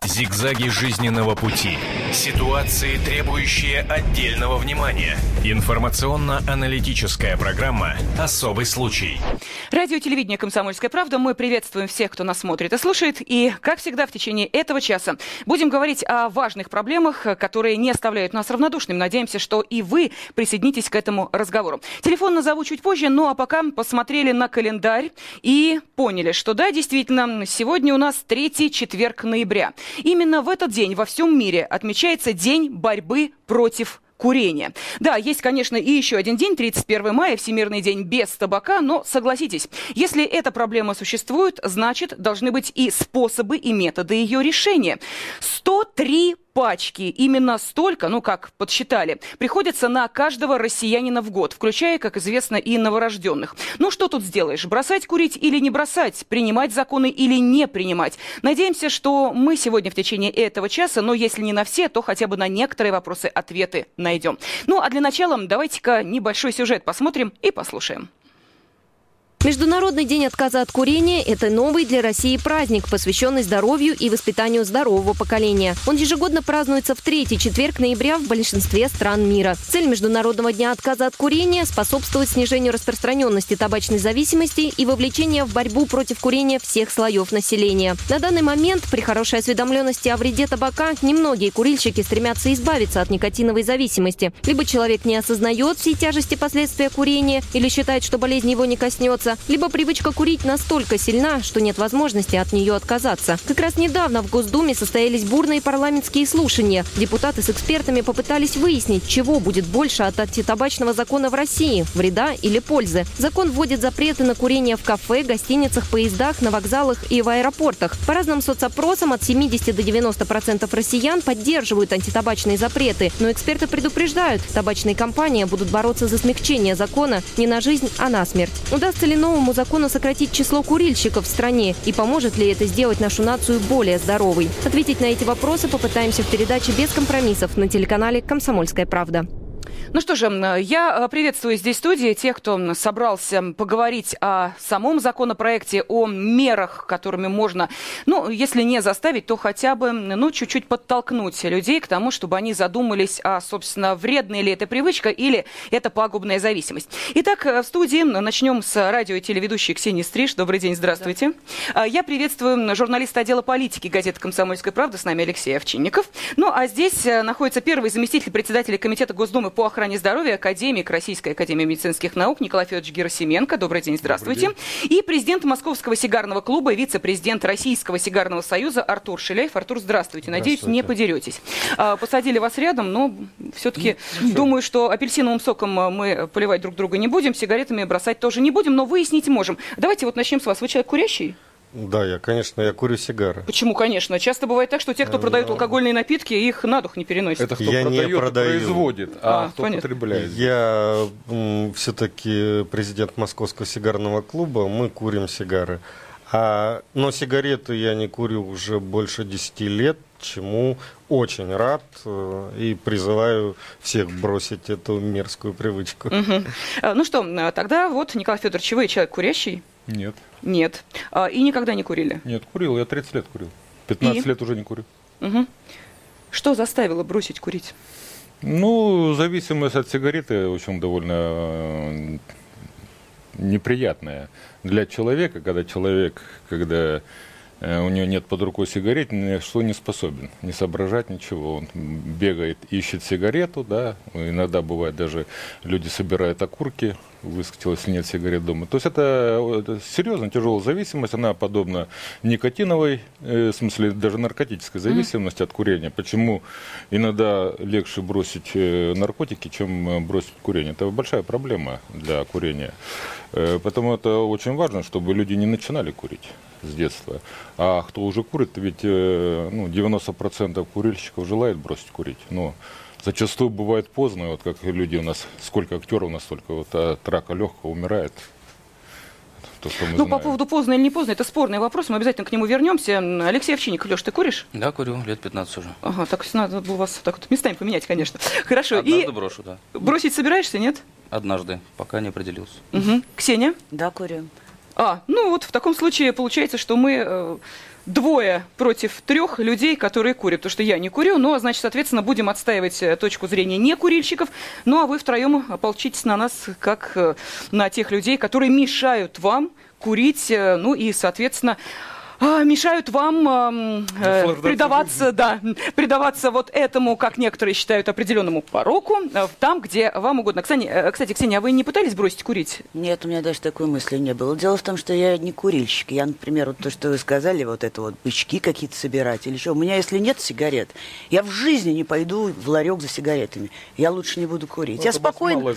Зигзаги жизненного пути. Ситуации, требующие отдельного внимания. Информационно-аналитическая программа «Особый случай». Радио, телевидение «Комсомольская правда». Мы приветствуем всех, кто нас смотрит и слушает. И, как всегда, в течение этого часа будем говорить о важных проблемах, которые не оставляют нас равнодушными. Надеемся, что и вы присоединитесь к этому разговору. Телефон назову чуть позже, ну а пока посмотрели на календарь и поняли, что да, действительно, сегодня у нас 3-й четверг ноября. Именно в этот день во всем мире отмечается День борьбы против курения. Да, есть, конечно, и еще один день, 31 мая, Всемирный день без табака, но согласитесь, если эта проблема существует, значит, должны быть и способы, и методы ее решения. 103 пачки, именно столько, ну как подсчитали, приходится на каждого россиянина в год, включая, как известно, и новорожденных. Ну что тут сделаешь? Бросать курить или не бросать? Принимать законы или не принимать? Надеемся, что мы сегодня в течение этого часа, но если не на все, то хотя бы на некоторые вопросы ответы найдем. Ну а для начала давайте-ка небольшой сюжет посмотрим и послушаем. Международный день отказа от курения – это новый для России праздник, посвященный здоровью и воспитанию здорового поколения. Он ежегодно празднуется в 3-й четверг ноября в большинстве стран мира. Цель Международного дня отказа от курения – способствовать снижению распространенности табачной зависимости и вовлечению в борьбу против курения всех слоев населения. На данный момент, при хорошей осведомленности о вреде табака, немногие курильщики стремятся избавиться от никотиновой зависимости. Либо человек не осознает всей тяжести последствия курения или считает, что болезнь его не коснется, либо привычка курить настолько сильна, что нет возможности от нее отказаться. Как раз недавно в Госдуме состоялись бурные парламентские слушания. Депутаты с экспертами попытались выяснить, чего будет больше от антитабачного закона в России – вреда или пользы. Закон вводит запреты на курение в кафе, гостиницах, поездах, на вокзалах и в аэропортах. По разным соцопросам от 70 до 90% россиян поддерживают антитабачные запреты. Но эксперты предупреждают, табачные компании будут бороться за смягчение закона не на жизнь, а на смерть. Удастся ли новому закону сократить число курильщиков в стране? И поможет ли это сделать нашу нацию более здоровой? Ответить на эти вопросы попытаемся в передаче «Без компромиссов» на телеканале «Комсомольская правда». Ну что же, я приветствую здесь в студии тех, кто собрался поговорить о самом законопроекте, о мерах, которыми можно, ну, если не заставить, то хотя бы, ну, чуть-чуть подтолкнуть людей к тому, чтобы они задумались, собственно, вредная ли это привычка или это пагубная зависимость. Итак, в студии начнем с радио и телеведущей Ксении Стриж. Добрый день, здравствуйте. Да. Я приветствую журналиста отдела политики газеты «Комсомольская правда», с нами Алексей Овчинников. Ну, а здесь находится первый заместитель председателя Комитета Госдумы по охране здоровья, академик Российской академии медицинских наук Николай Федорович Герасименко. Добрый день, здравствуйте. Добрый день. И президент Московского сигарного клуба, вице-президент Российского сигарного союза Артур Шиляев. Артур, здравствуйте. Надеюсь, не подеретесь. Посадили вас рядом, но все-таки думаю, что апельсиновым соком мы поливать друг друга не будем, сигаретами бросать тоже не будем, но выяснить можем. Давайте вот начнем с вас. Вы человек курящий? Да, я курю сигары. Почему, конечно? Часто бывает так, что те, кто продают алкогольные напитки, их на дух не переносят. Это кто продает, производит, кто потребляет. Я все-таки президент Московского сигарного клуба, мы курим сигары. Но сигареты я не курю уже больше 10 лет, чему очень рад и призываю всех бросить эту мерзкую привычку. Ну что, тогда вот, Николай Федорович, вы человек курящий? Нет. Нет. И никогда не курили? Нет, курил. Я 30 лет курил. 15 лет уже не курю. Что заставило бросить курить? Ну, зависимость от сигареты, в общем, довольно неприятная для человека, когда у него нет под рукой сигарет, ни на что не способен, не соображать ничего. Он бегает, ищет сигарету, да, иногда бывает даже люди собирают окурки, выскочил, если нет сигарет дома. То есть это серьезная, тяжелая зависимость, она подобна никотиновой, в смысле даже наркотической зависимости от курения. Почему иногда легче бросить наркотики, чем бросить курение? Это большая проблема для курения. Поэтому это очень важно, чтобы люди не начинали курить с детства. А кто уже курит, ведь 90% курильщиков желает бросить курить. Но зачастую бывает поздно, вот как люди у нас, сколько актеров у нас столько вот от рака легкого умирает. То, что мы знаем. По поводу поздно или не поздно, это спорный вопрос, мы обязательно к нему вернемся. Алексей Овчинников, Леш, ты куришь? Да, курю, лет 15 уже. Ага, так надо было вас так вот местами поменять, конечно. Хорошо. Однажды брошу, да. Бросить собираешься, нет? Однажды, пока не определился. Ксения? Да, курю. Ну вот в таком случае получается, что мы 2 против 3 людей, которые курят. Потому что я не курю, но, значит, соответственно, будем отстаивать точку зрения некурильщиков. Ну, а вы втроем ополчитесь на нас, как на тех людей, которые мешают вам курить, ну и, соответственно, мешают вам предаваться вот этому, как некоторые считают, определенному пороку, там, где вам угодно. Кстати, Ксения, а вы не пытались бросить курить? Нет, у меня даже такой мысли не было. Дело в том, что я не курильщик. Я, например, вот то, что вы сказали, вот это вот бычки какие-то собирать или что. У меня, если нет сигарет, я в жизни не пойду в ларек за сигаретами. Я лучше не буду курить. Я спокойно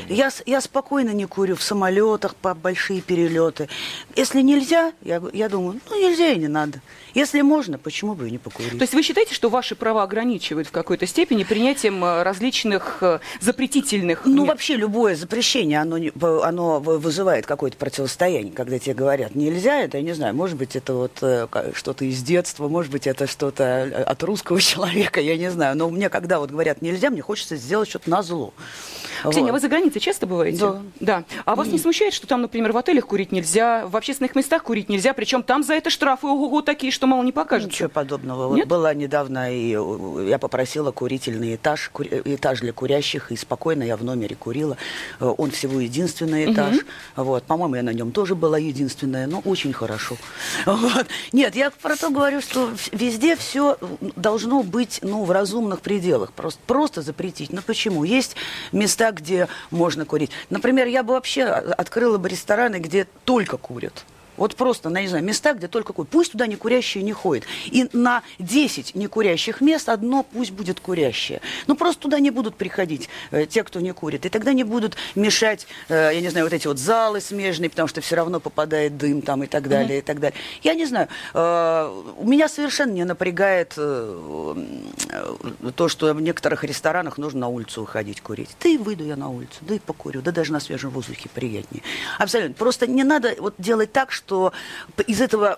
не курю в самолетах по большие перелеты. Если нельзя, я думаю, нельзя и не надо. Если можно, почему бы и не покурить? То есть вы считаете, что ваши права ограничивают в какой-то степени принятием различных запретительных мер? Вообще любое запрещение, оно вызывает какое-то противостояние, когда тебе говорят нельзя, это, я не знаю, может быть, это вот что-то из детства, может быть, это что-то от русского человека, я не знаю. Но мне, когда вот говорят нельзя, мне хочется сделать что-то назло. Ксения, вы за границей часто бываете? Да. А вас не смущает, что там, например, в отелях курить нельзя, в общественных местах курить нельзя, причем там за это штрафы ого-го такие, что мало не покажется? Ничего подобного. Вот была недавно, и я попросила курительный этаж для курящих, и спокойно я в номере курила. Он всего единственный этаж. Вот. По-моему, я на нем тоже была единственная, но очень хорошо. Вот. Нет, я про то говорю, что везде все должно быть в разумных пределах. Просто запретить. Почему? Есть места, где можно курить. Например, я бы вообще открыла бы рестораны, где только курят. Вот просто, не знаю, места, где только курят. Пусть туда некурящие не ходят. И на 10 некурящих мест одно пусть будет курящее. Просто туда не будут приходить те, кто не курит. И тогда не будут мешать, я не знаю, вот эти вот залы смежные, потому что все равно попадает дым там и так далее, и так далее. Я не знаю. Меня совершенно не напрягает то, что в некоторых ресторанах нужно на улицу выходить курить. Да и выйду я на улицу, да и покурю, да даже на свежем воздухе приятнее. Абсолютно. Просто не надо вот делать так, что из этого,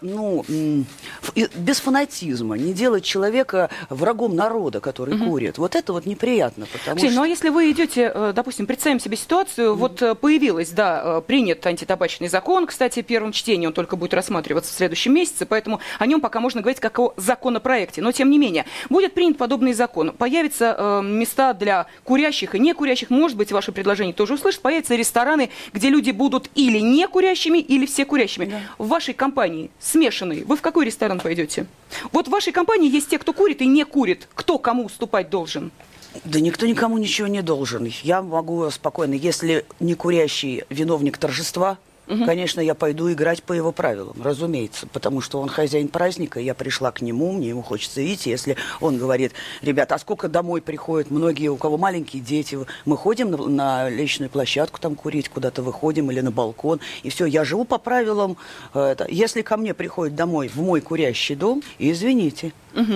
без фанатизма, не делать человека врагом народа, который курит. Вот это вот неприятно, потому что... Ну, а если вы идете, допустим, представим себе ситуацию, вот появилась, принят антитабачный закон, кстати, в первом чтении он только будет рассматриваться в следующем месяце, поэтому о нем пока можно говорить как о законопроекте. Но, тем не менее, будет принят подобный закон, появятся места для курящих и некурящих, может быть, ваше предложение тоже услышат, появятся рестораны, где люди будут или не курящими, или все курящими. В вашей компании смешанной, вы в какой ресторан пойдете? Вот в вашей компании есть те, кто курит и не курит. Кто кому уступать должен? Да никто никому ничего не должен. Я могу спокойно, если не курящий виновник торжества, конечно, я пойду играть по его правилам, разумеется, потому что он хозяин праздника, я пришла к нему, мне ему хочется идти. Если он говорит, ребята, а сколько домой приходят, многие, у кого маленькие дети, мы ходим на личную площадку там курить, куда-то выходим или на балкон, и все, я живу по правилам. Если ко мне приходят домой в мой курящий дом, извините,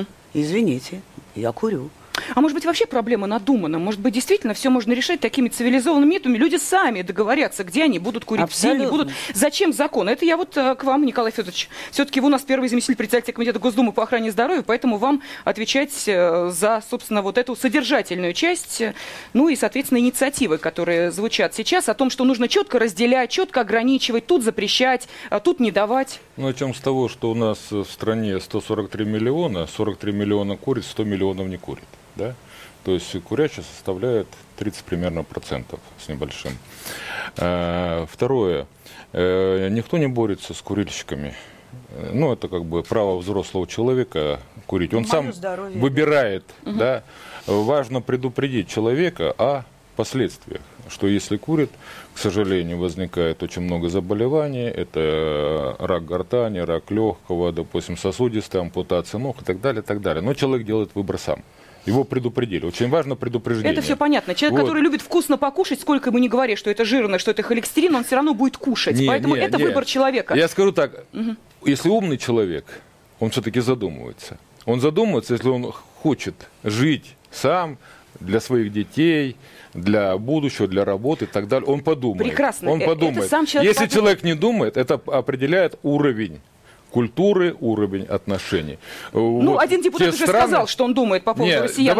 я курю. А может быть, вообще проблема надумана? Может быть, действительно все можно решать такими цивилизованными методами? Люди сами договорятся, где они будут курить, абсолютно. Где они будут. Зачем закон? Это я вот к вам, Николай Федорович. Все-таки вы у нас первый заместитель председателя комитета Госдумы по охране здоровья, поэтому вам отвечать за, собственно, вот эту содержательную часть, и, соответственно, инициативы, которые звучат сейчас, о том, что нужно четко разделять, четко ограничивать, тут запрещать, а тут не давать. Начнем с того, что у нас в стране 143 миллиона, 43 миллиона курит, 100 миллионов не курит. Да? То есть курящие составляет 30 примерно процентов с небольшим. Второе. Никто не борется с курильщиками. Это как бы право взрослого человека курить. Он сам выбирает. Да? Важно предупредить человека о последствиях. Что если курит, к сожалению, возникает очень много заболеваний. Это рак гортани, рак легкого, допустим, сосудистая ампутация ног и так далее, и так далее. Но человек делает выбор сам. Его предупредили. Очень важно предупреждение. Это все понятно. Человек, который любит вкусно покушать, сколько ему не говори, что это жирно, что это холестерин, он все равно будет кушать. Поэтому это выбор человека. Я скажу так. Если умный человек, он все-таки задумывается. Он задумывается, если он хочет жить сам, для своих детей, для будущего, для работы и так далее. Он подумает. Прекрасно. Он подумает. Если человек не думает, это определяет уровень культуры, уровень отношений. Один депутат уже сказал, что он думает по поводу россиян.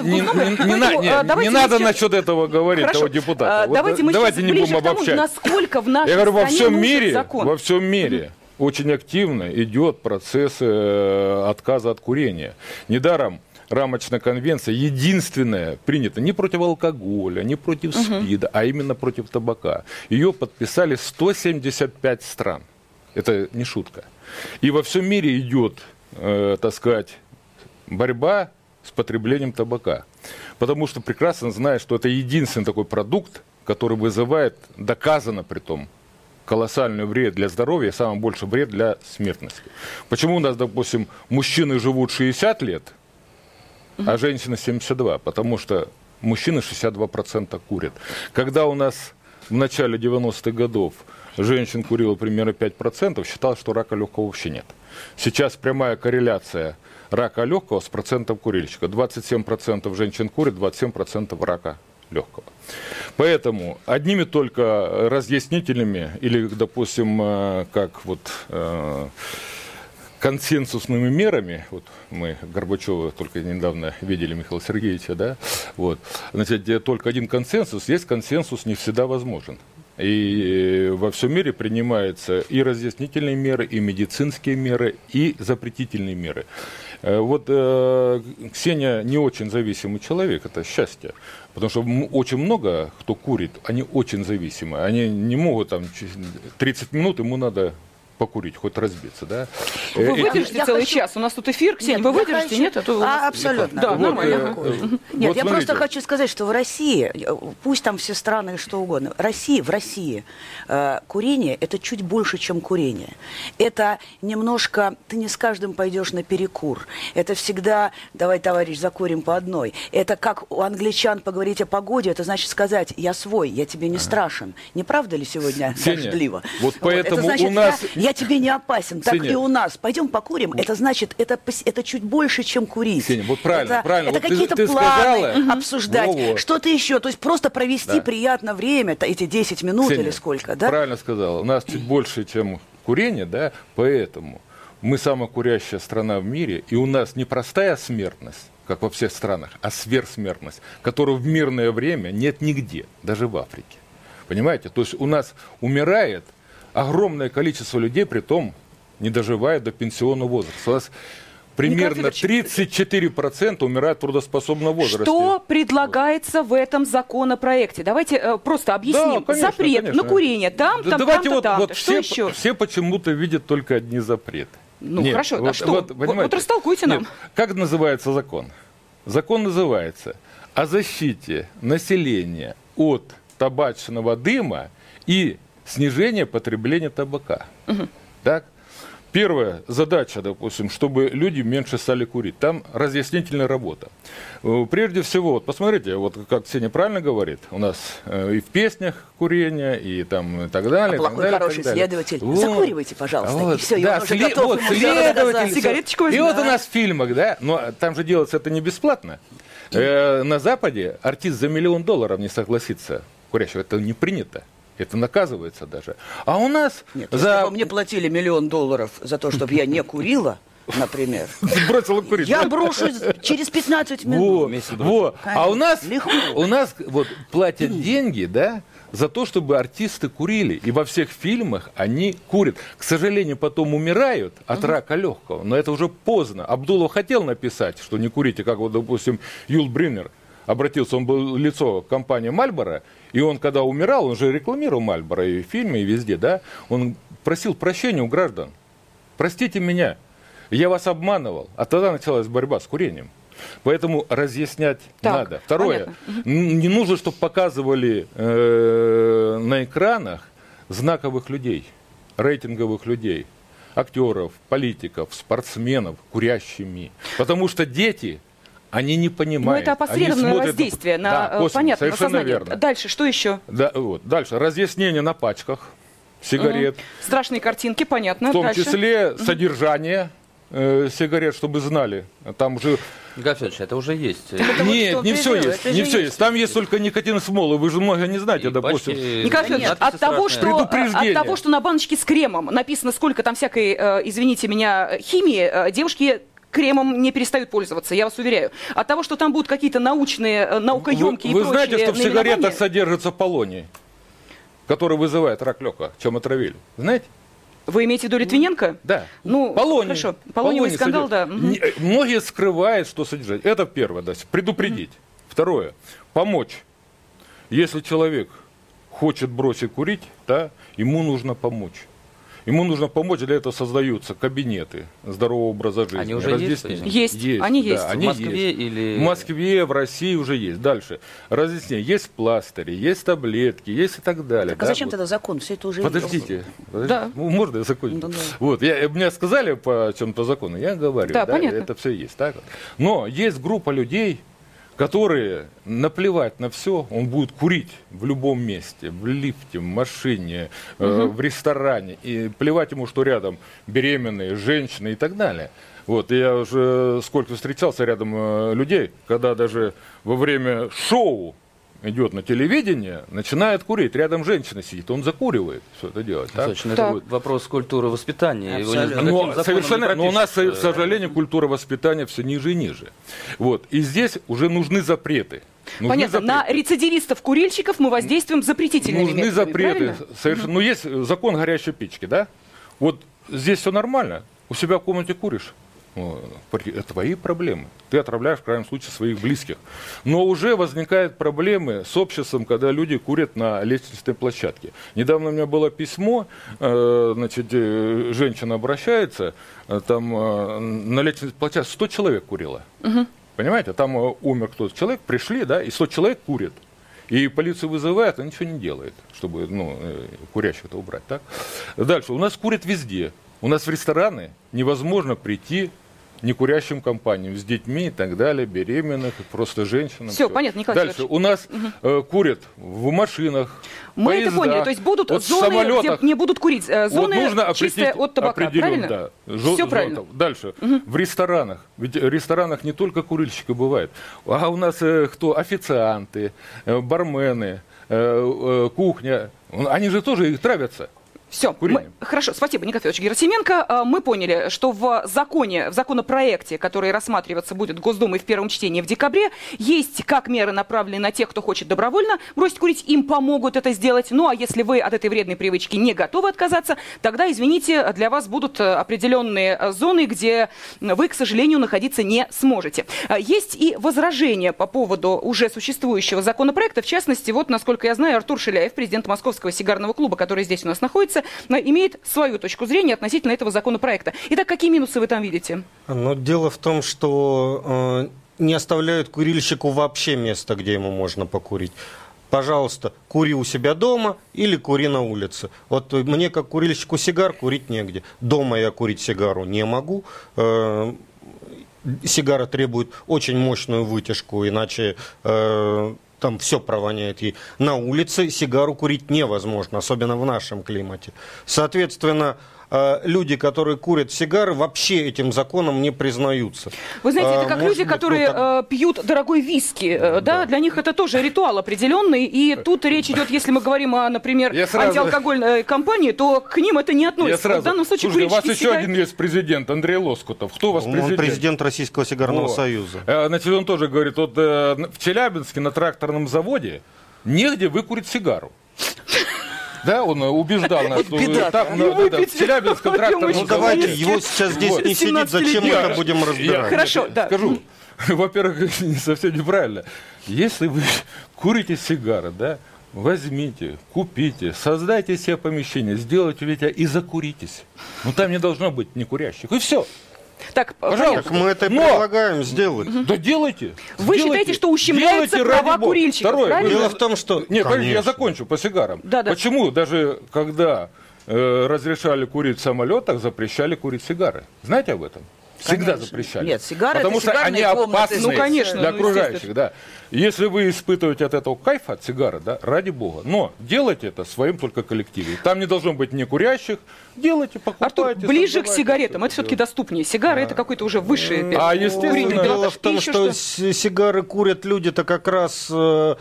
Не надо насчет этого говорить, того депутата. Давайте мы не будем обобщать. Насколько в нашей стране нужен закон. Во всем мире очень активно идет процесс отказа от курения. Недаром рамочная конвенция единственная принята не против алкоголя, не против СПИДа, а именно против табака. Ее подписали 175 стран. Это не шутка. И во всем мире идет, так сказать, борьба с потреблением табака. Потому что прекрасно знают, что это единственный такой продукт, который вызывает, доказано при том, колоссальный вред для здоровья и самый большой вред для смертности. Почему у нас, допустим, мужчины живут 60 лет, а женщины 72? Потому что мужчины 62% курят. Когда у нас в начале 90-х годов женщин курило примерно 5%, считалось, что рака легкого вообще нет. Сейчас прямая корреляция рака легкого с процентом курильщика. 27% женщин курят, 27% рака легкого. Поэтому одними только разъяснительными или, допустим, как вот консенсусными мерами, вот мы Горбачева только недавно видели, Михаила Сергеевича, да, вот, значит, только один консенсус, есть консенсус не всегда возможен. И во всем мире принимаются и разъяснительные меры, и медицинские меры, и запретительные меры. Вот Ксения не очень зависимый человек, это счастье. Потому что очень много кто курит, они очень зависимы. Они не могут там 30 минут, ему надо покурить, хоть разбиться, да? Вы выдержите целый час? У нас тут эфир, Ксения, вы выдержите? Нет? Абсолютно. Да, нормально. Нет, я просто хочу сказать, что в России, пусть там все страны что угодно, в России курение – это чуть больше, чем курение. Это немножко, ты не с каждым пойдешь на перекур. Это всегда, давай, товарищ, закурим по одной. Это как у англичан поговорить о погоде, это значит сказать, я свой, я тебе не страшен. Не правда ли сегодня дождливо? Вот поэтому это значит, у нас... Я тебе не опасен, так Ксения, и у нас. Пойдем покурим. Это значит, это чуть больше, чем курить. Ксения, вот правильно. Это Вот какие-то ты планы сказала, обсуждать, что-то еще. То есть просто провести приятно время, эти 10 минут, Ксения, или сколько, да? Правильно сказала. У нас чуть больше, чем курение, да, поэтому мы самая курящая страна в мире, и у нас не простая смертность, как во всех странах, а сверхсмертность, которую в мирное время нет нигде, даже в Африке. Понимаете? То есть у нас умирает огромное количество людей, при том не доживает до пенсионного возраста. У нас примерно 34% умирают в трудоспособном возрасте. Что предлагается в этом законопроекте? Давайте просто объясним. Да, конечно, запрет конечно. на курение там, там. Что еще? Все почему-то видят только одни запреты. Ну, нет, хорошо, вот, что? Вот растолкуйте нам. Нет, как называется закон? Закон называется о защите населения от табачного дыма и снижение потребления табака. Так? Первая задача, допустим, чтобы люди меньше стали курить. Там разъяснительная работа. Прежде всего, вот посмотрите, вот как Ксения правильно говорит, у нас и в песнях курение, и там и так далее. Плохой, хороший следователь. Вот. Закуривайте, пожалуйста. Вот. И все, и да, он уже готов. вот, следователь. Сигареточку возьму. И вот у нас в фильмах, да, но там же делается это не бесплатно. На Западе артист за $1 миллион не согласится курящего. Это не принято. Это наказывается даже. А у нас... Нет, если бы мне платили $1 миллион за то, чтобы я не курила, например, бросила курить. Я брошу через 15 минут. Вот. А у нас легко. Вот платят деньги, да, за то, чтобы артисты курили. И во всех фильмах они курят. К сожалению, потом умирают от рака легкого. Но это уже поздно. Абдулов хотел написать, что не курите, как вот, допустим, Юл Брюнер обратился, он был лицо компании Marlboro, и он, когда умирал, он же рекламировал Marlboro и в фильме, и везде, да, он просил прощения у граждан. Простите меня, я вас обманывал. А тогда началась борьба с курением. Поэтому разъяснять надо. Второе, не нужно, чтобы показывали на экранах знаковых людей, рейтинговых людей, актеров, политиков, спортсменов курящими. Потому что дети... Они не понимают. Ну, это опосредованное воздействие на, понятно, на сознание. Верно. Дальше, что еще? Да, вот. Дальше, разъяснение на пачках сигарет. Страшные картинки, понятно. В том дальше. числе содержание сигарет, чтобы знали. Там уже... Игорь Федорович, это уже есть. Нет, не все есть. Не все есть. Там есть только никотин смолы. Вы же много не знаете, допустим. Николай Федорович, от того, что на баночке с кремом написано, сколько там всякой, извините меня, химии, девушки кремом не перестают пользоваться, я вас уверяю. От того, что там будут какие-то научные, наукоемкие и прочие... Вы знаете, что в сигаретах содержится полоний, который вызывает рак легкого, чем отравили? Знаете? Вы имеете в виду Литвиненко? Да. Ну, Полоний. хорошо. Полониевый скандал, да. Многие скрывают, что содержать. Это первое, да, предупредить. Второе, помочь. Если человек хочет бросить курить, да, ему нужно помочь. Ему нужно помочь, для этого создаются кабинеты здорового образа жизни. Они уже есть? Есть. Они есть. В Москве или... В Москве, в России уже есть. Дальше. Разъяснение. Есть пластыри, есть таблетки, есть и так далее. Так, а зачем тогда закон? Все это уже Подождите. Да. Можно я закончу? Да. Вот, мне сказали по чем-то закону, я говорю, Да, понятно. это все есть. Так вот. Но есть группа людей, которые наплевать на все, он будет курить в любом месте, в лифте, в машине, в ресторане, и плевать ему, что рядом беременные, женщины и так далее. Вот, я уже сколько встречался рядом людей, когда даже во время шоу идет на телевидение, начинает курить, рядом женщина сидит, он закуривает, все это делать. Так? Точно, это вопрос культуры воспитания. Но у нас, к сожалению, культура воспитания все ниже и ниже. Вот. И здесь уже нужны запреты. Понятно. На рецидивистов-курильщиков мы воздействуем запретительными методами. Нужны запреты. Совершенно. Ну, есть закон горящей печки, да? Вот здесь все нормально. У себя в комнате куришь. Это твои проблемы. Ты отравляешь, в крайнем случае, своих близких. Но уже возникают проблемы с обществом, когда люди курят на лестничной площадке. Недавно у меня было письмо, женщина обращается, там на лестничной площадке 100 человек курило. Понимаете, там умер кто-то человек, пришли, да, и 100 человек курят. И полицию вызывают, а ничего не делает, чтобы курящих-то убрать. Так? Дальше. У нас курят везде. У нас в рестораны невозможно прийти некурящим компаниям с детьми и так далее, беременных, просто женщинам. Все, понятно, Николай Дальше. У нас курят в машинах, мы поездах, это поняли. То есть будут вот зоны, где не будут курить. Зоны чистые от табака, правильно? Да. Все правильно. Дальше. В ресторанах. Ведь в ресторанах не только курильщики бывают, а у нас кто? Официанты, бармены, кухня. Они же тоже их травятся. Все, хорошо, спасибо, Николай Федорович Герасименко. Мы поняли, что в законопроекте, который рассматриваться будет Госдумой в первом чтении в декабре, есть как меры, направленные на тех, кто хочет добровольно бросить курить, им помогут это сделать. Ну, а если вы от этой вредной привычки не готовы отказаться, тогда, извините, для вас будут определенные зоны, где вы, к сожалению, находиться не сможете. Есть и возражения по поводу уже существующего законопроекта. В частности, вот, насколько я знаю, Артур Шиляев, президент Московского сигарного клуба, который здесь у нас находится, имеет свою точку зрения относительно этого законопроекта. Итак, какие минусы вы там видите? Но дело в том, что не оставляют курильщику вообще место, где ему можно покурить. Пожалуйста, кури у себя дома или кури на улице. Вот мне, как курильщику сигар, курить негде. Дома я курить сигару не могу. Сигара требует очень мощную вытяжку, иначе... там все провоняет ей. На улице сигару курить невозможно, особенно в нашем климате. Соответственно, люди, которые курят сигары, вообще этим законом не признаются. Вы знаете, это как люди, которые пьют дорогой виски. Да? Для них это тоже ритуал определенный. И тут речь идет, если мы говорим о, например, антиалкогольной кампании, то к ним это не относится. В данном случае у вас еще один есть президент, Андрей Лоскутов. Кто у вас президент? Он президент Российского сигарного союза. Значит, он тоже говорит, вот в Челябинске на тракторном заводе негде выкурить сигару. Да, он убеждал нас, что так в Челябинском тракторном заводе... Ну давайте, его сейчас здесь не сидит, зачем мы это будем разбирать? Хорошо, да. Скажу, во-первых, совсем неправильно. Если вы курите сигары, да, возьмите, купите, создайте себе помещение, сделайте ветер и закуритесь. Но там не должно быть некурящих. И все. Так, пожалуйста. Мы это предлагаем сделать. Да делайте. Вы считаете, что ущемляются права курильщиков, правильно? Дело в том, что... Нет, подождите, я закончу по сигарам. Да. Почему даже когда разрешали курить в самолетах, запрещали курить сигары? Знаете об этом? Всегда запрещали. Нет, сигары потому что они опасны для окружающих. Да. Если вы испытываете от этого кайф от сигары, да, ради бога, но делайте это в своем только коллективе. Там не должно быть некурящих. Делайте, покупайте. Артур, ближе к сигаретам. Это все-таки доступнее. Сигары это какой-то уже высший. Естественно, дело в том, что сигары курят люди-то как раз...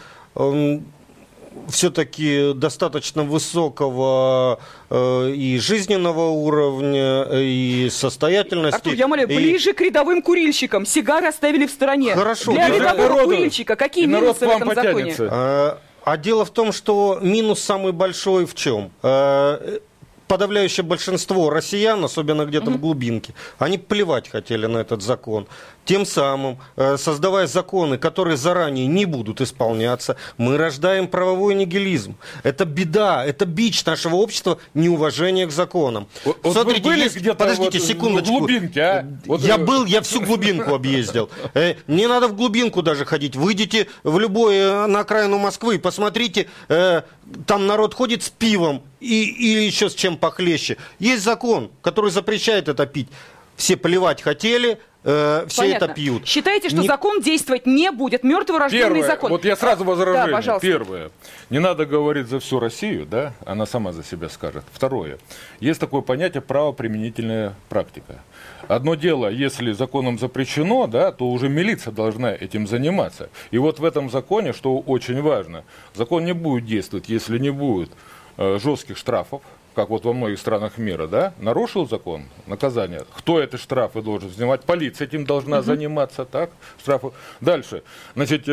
все-таки достаточно высокого и жизненного уровня, и состоятельности. Артур, я умоляю, ближе к рядовым курильщикам. Сигары оставили в стороне. Хорошо. Для рядового курильщика какие минусы в этом законе? А дело в том, что минус самый большой в чем? подавляющее большинство россиян, особенно где-то в глубинке, они плевать хотели на этот закон. Тем самым, создавая законы, которые заранее не будут исполняться, мы рождаем правовой нигилизм. Это беда, это бич нашего общества, неуважение к законам. Вот Смотрите, вы были есть... где-то Подождите, вот секундочку. в глубинке, а? Вот Я всю глубинку объездил. Не надо в глубинку даже ходить. Выйдите в на окраину Москвы и посмотрите, там народ ходит с пивом или еще с чем похлеще. Есть закон, который запрещает это пить. Все плевать хотели, все Понятно. это пьют. Считаете, что закон действовать не будет? Мертворожденный Первое, закон. вот я сразу возражение. Да, пожалуйста. Первое, не надо говорить за всю Россию, да, она сама за себя скажет. Второе, есть такое понятие правоприменительная практика. Одно дело, если законом запрещено, да, то уже милиция должна этим заниматься. И вот в этом законе, что очень важно, закон не будет действовать, если не будет жестких штрафов, как вот во многих странах мира, да, нарушил закон, наказание. Кто эти штрафы должен снимать? Полиция этим должна заниматься, так? Штрафы. Дальше. Значит,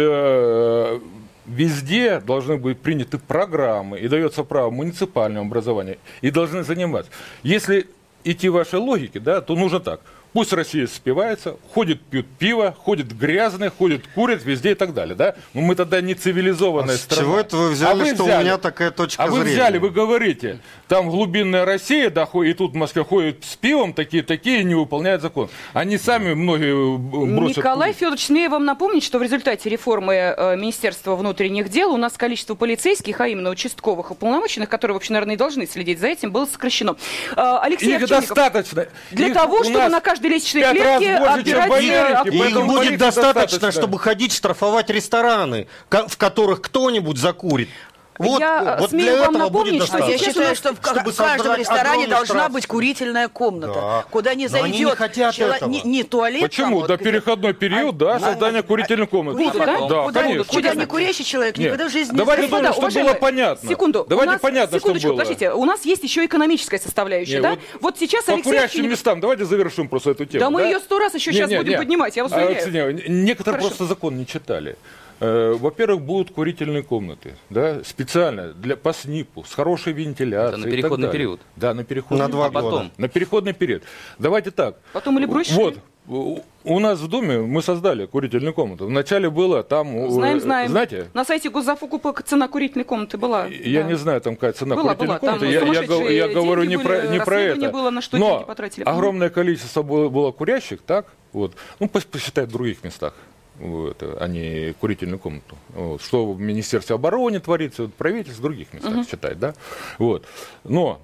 везде должны быть приняты программы, и дается право муниципальному образованию, и должны заниматься. Если идти вашей логике, да, то нужно так. Пусть Россия спивается, ходит, пьют пиво, ходит грязные, ходит, курит везде и так далее, да? Но мы тогда не цивилизованная страна. С чего это вы взяли, что у меня такая точка зрения? А вы взяли, вы говорите, там глубинная Россия, да, и тут в Москве ходят с пивом, такие не выполняют закон. Они сами многие бросят. Николай Федорович, смею вам напомнить, что в результате реформы Министерства внутренних дел у нас количество полицейских, а именно участковых уполномоченных, которые вообще, наверное, и должны следить за этим, было сокращено. Алексей Их Овчинников, достаточно. для того, чтобы на каждой лестничной 5 раз клетке больше, чем в отбирать... Америке, И поэтому будет полиции достаточно, чтобы ходить штрафовать рестораны, в которых кто-нибудь закурит. Вот смею для вам этого будет напомнить, что достаточно. Я считаю, что в Чтобы каждом создать ресторане огромный должна штраф. быть курительная комната, Да. куда не Но они зайдет не хотят этого. не туалет. Почему? там, До вот, где- переходной период, да, создание курительной комнаты. Будут, да? Да, Куда конечно. не курящий человек Нет. никогда в жизни не Давайте зайдет. тоже, чтобы уважаемые, было понятно. Секунду. Давайте у нас, понятно, что секундочку, было. подождите. У нас есть еще экономическая составляющая, Не, да? Вот сейчас По Алексей курящим Овчинников... местам, давайте завершим просто эту тему. Да мы ее 100 раз еще сейчас будем поднимать, я вас уверяю. Некоторые Хорошо. просто закон не читали. Во-первых, будут курительные комнаты, да, специально по СНИПу, с хорошей вентиляцией. Это на и так переходный далее. период. Да, на переходный На 2 период. года. Потом. На переходный период. Давайте так. Потом или бросишь? Вот. У нас в доме мы создали курительную комнату. Вначале было там... Знаем. Знаете? На сайте Госзафукупа цена курительной комнаты была. Я Да. не знаю, там какая цена Была. курительной Там комнаты. Я сумасшедшие говорю не деньги про, были, не про расследование это. было, на что Но деньги потратили. огромное количество было курящих, так? Вот. Ну, посчитай в других местах. Вот, а не курительную комнату. Вот. Что в Министерстве обороны творится, в правительстве, в других местах считать, да? Вот. Но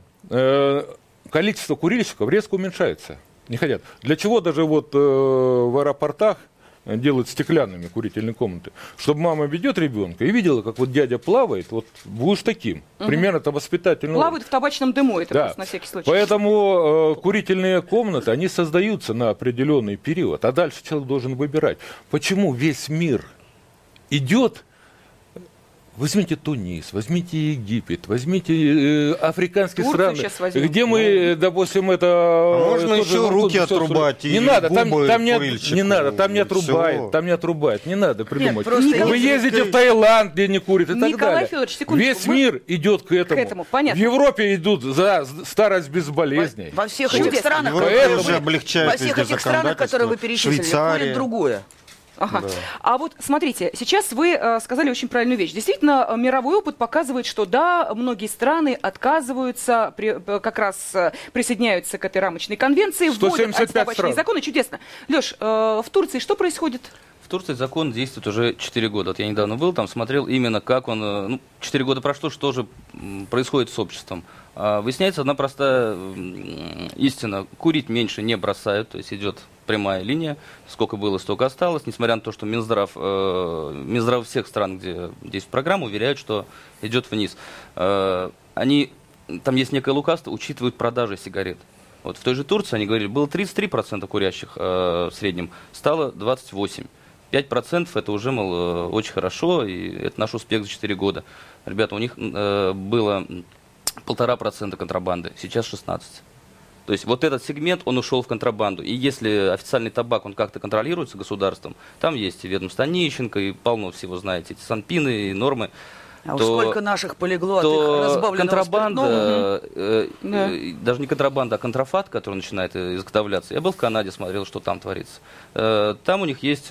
количество курильщиков резко уменьшается. Не хотят. Для чего даже вот в аэропортах делают стеклянными курительные комнаты? Чтобы мама ведет ребенка и видела, как вот дядя плавает, вот будешь таким. Примерно это воспитательный Плавают в табачном дыму, это Да. просто на всякий случай. Поэтому курительные комнаты, они создаются на определенный период, а дальше человек должен выбирать. Почему весь мир идет? Возьмите Тунис, возьмите Египет, возьмите африканские Турцию страны, сейчас возьмем. где мы, допустим, это... можно тоже еще руки всё отрубать не и надо, там губы не курильщику, надо, там не и отрубает, всё. там не отрубает, не надо придумать. просто Вы есть- ездите в Таиланд, где не курят и так Николай далее. Федорович, секундочку, Весь мы- мир идет к этому. К этому, понятно. В Европе идут за старость без болезней. Во всех Чудесно. этих странах, Европа которые уже вы- облегчает во всех везде этих странах, которые вы перечислили, Швейцария. курят другое. Ага. А вот смотрите, сейчас вы сказали очень правильную вещь. Действительно, мировой опыт показывает, что да, многие страны отказываются, как раз присоединяются к этой рамочной конвенции, вводят 175 антитабачные стран. законы. Чудесно. Леш, в Турции что происходит? В Турции закон действует уже 4 года. Вот я недавно был там, смотрел именно как он... 4 года прошло, что же происходит с обществом. Выясняется одна простая истина. Курить меньше не бросают, то есть идет прямая линия. Сколько было, столько осталось. Несмотря на то, что Минздрав всех стран, где действует программа, уверяют, что идет вниз. Они, там есть некое лукавство, учитывают продажи сигарет. Вот в той же Турции, они говорили, было 33% курящих в среднем, стало 28%. 5% это уже, мол, очень хорошо, и это наш успех за 4 года. Ребята, у них было 1,5% контрабанды, сейчас 16%. То есть вот этот сегмент, он ушел в контрабанду. И если официальный табак, он как-то контролируется государством, там есть и ведомство Онищенко, и полно всего, знаете, эти санпины и нормы. А сколько наших полегло от их разбавленного контрабанда, даже не контрабанда, а контрафакт, который начинает изготовляться. Я был в Канаде, смотрел, что там творится. Там у них есть,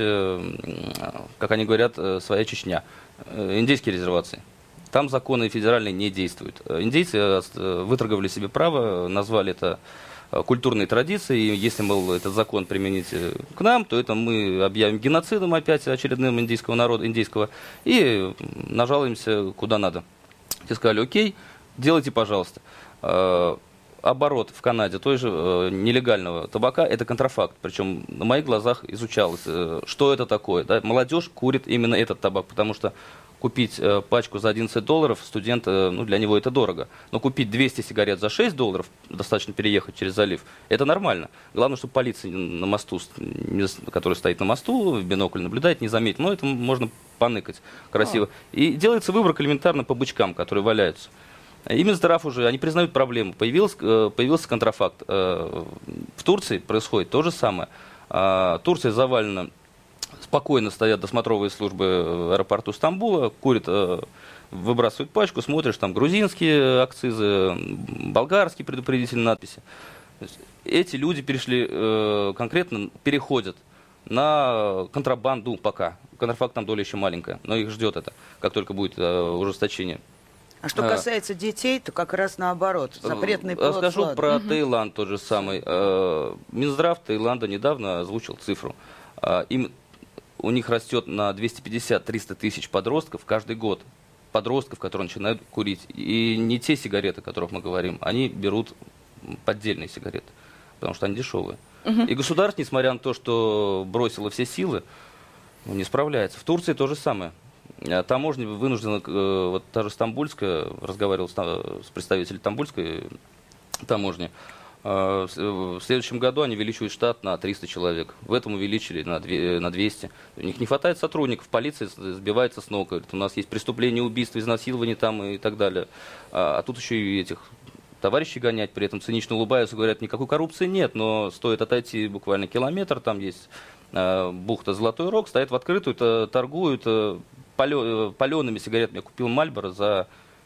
как они говорят, своя Чечня, индейские резервации. Там законы федеральные не действуют. Индейцы выторговали себе право, назвали это культурной традиции, и если, мол, этот закон применить к нам, то это мы объявим геноцидом опять очередным индейского народа, индейского, и нажалуемся куда надо. Те сказали, окей, делайте, пожалуйста. Оборот в Канаде той же нелегального табака – это контрафакт. Причем на моих глазах изучалось, что это такое. Да? Молодежь курит именно этот табак, потому что купить пачку за $11 студент, для него это дорого. Но купить 200 сигарет за $6, достаточно переехать через залив, это нормально. Главное, чтобы полиция на мосту, который стоит на мосту, в бинокль наблюдает, не заметил. Но это можно поныкать красиво. И делается выборка элементарно по бычкам, которые валяются. И Минздрав уже, они признают проблему. Появился контрафакт. В Турции происходит то же самое. Турция завалена. Спокойно стоят досмотровые службы в аэропорту Стамбула, курят, выбрасывают пачку, смотришь, там грузинские акцизы, болгарские предупредительные надписи. Эти люди переходят на контрабанду пока. Контрафакт там доля еще маленькая, но их ждет это, как только будет ужесточение. А что касается детей, то как раз наоборот. Запретный плод. Скажу про Таиланд тот же самый. Минздрав Таиланда недавно озвучил цифру. У них растет на 250-300 тысяч подростков каждый год. Подростков, которые начинают курить. И не те сигареты, о которых мы говорим, они берут поддельные сигареты, потому что они дешевые. И государство, несмотря на то, что бросило все силы, не справляется. В Турции то же самое. Таможня вынуждена, вот та же Стамбульская, разговаривал с представителем Стамбульской таможни, в следующем году они увеличивают штат на 300 человек. В этом увеличили на 200. У них не хватает сотрудников, полиция сбивается с ног. Говорит, у нас есть преступления, убийства, изнасилования там и так далее. А тут еще и этих товарищей гонять, при этом цинично улыбаются, говорят, никакой коррупции нет, но стоит отойти буквально километр, там есть бухта Золотой Рог, стоят в открытую, торгуют палеными сигаретами. Я купил Мальборо за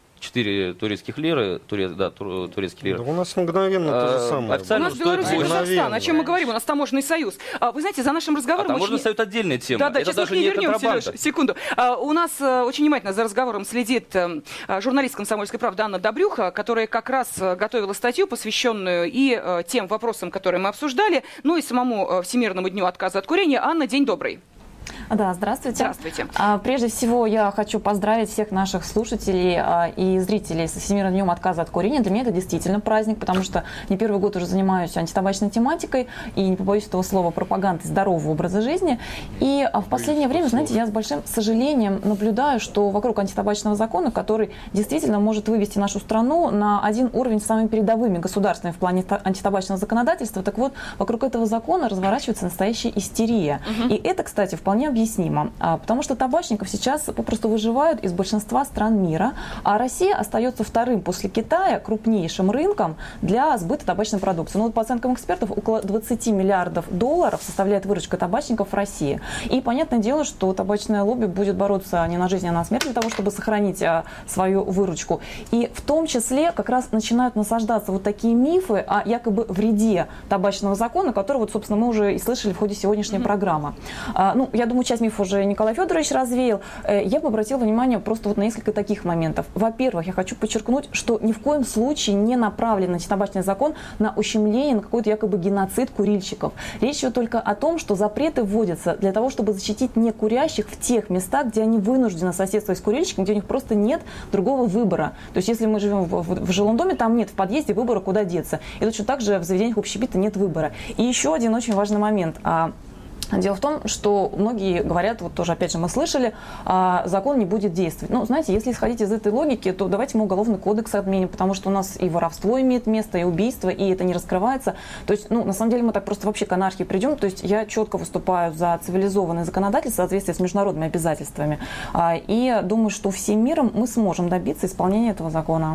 4 турецких лиры, турецкие лиры. Да у нас мгновенно то же самое. У нас Беларусь и Казахстан. О чем мы говорим? У нас таможенный союз. Вы знаете, за нашим разговором... таможенный союз отдельная тема. Да, это сейчас даже не вернемся, контрабанда. Леш, секунду. У нас очень внимательно за разговором следит журналист «Комсомольской правды» Анна Добрюха, которая как раз готовила статью, посвященную и тем вопросам, которые мы обсуждали, ну и самому Всемирному дню отказа от курения. Анна, день добрый. Да, здравствуйте. Здравствуйте. Прежде всего, я хочу поздравить всех наших слушателей и зрителей со Всемирным днем отказа от курения. Для меня это действительно праздник, потому что не первый год уже занимаюсь антитабачной тематикой и, не побоюсь этого слова, пропагандой здорового образа жизни. И в последнее время, знаете, я с большим сожалением наблюдаю, что вокруг антитабачного закона, который действительно может вывести нашу страну на один уровень с самыми передовыми государствами в плане антитабачного законодательства, так вот, вокруг этого закона разворачивается настоящая истерия. И это, кстати, вполне объяснимо, потому что табачников сейчас попросту выживают из большинства стран мира, а Россия остается вторым после Китая крупнейшим рынком для сбыта табачной продукции. Ну, вот по оценкам экспертов, около $20 миллиардов составляет выручка табачников в России. И понятное дело, что табачное лобби будет бороться не на жизнь, а на смерть для того, чтобы сохранить свою выручку. И в том числе как раз начинают насаждаться вот такие мифы о якобы вреде табачного закона, который, вот, собственно, мы уже и слышали в ходе сегодняшней программы. Ну, я думаю, часть мифов уже Николай Федорович развеял. Я бы обратила внимание просто вот на несколько таких моментов. Во-первых, я хочу подчеркнуть, что ни в коем случае не направлен антитабачный закон на ущемление, на какой-то якобы геноцид курильщиков. Речь идет только о том, что запреты вводятся для того, чтобы защитить некурящих в тех местах, где они вынуждены соседствовать с курильщиком, где у них просто нет другого выбора. То есть, если мы живем в жилом доме, там нет в подъезде выбора, куда деться. И точно так же в заведениях общепита нет выбора. И еще один очень важный момент. Дело в том, что многие говорят, вот тоже опять же мы слышали, закон не будет действовать. Ну, знаете, если исходить из этой логики, то давайте мы уголовный кодекс отменим, потому что у нас и воровство имеет место, и убийство, и это не раскрывается. То есть, ну, на самом деле мы так просто вообще к анархии придем. То есть я четко выступаю за цивилизованное законодательство в соответствии с международными обязательствами. И думаю, что всем миром мы сможем добиться исполнения этого закона.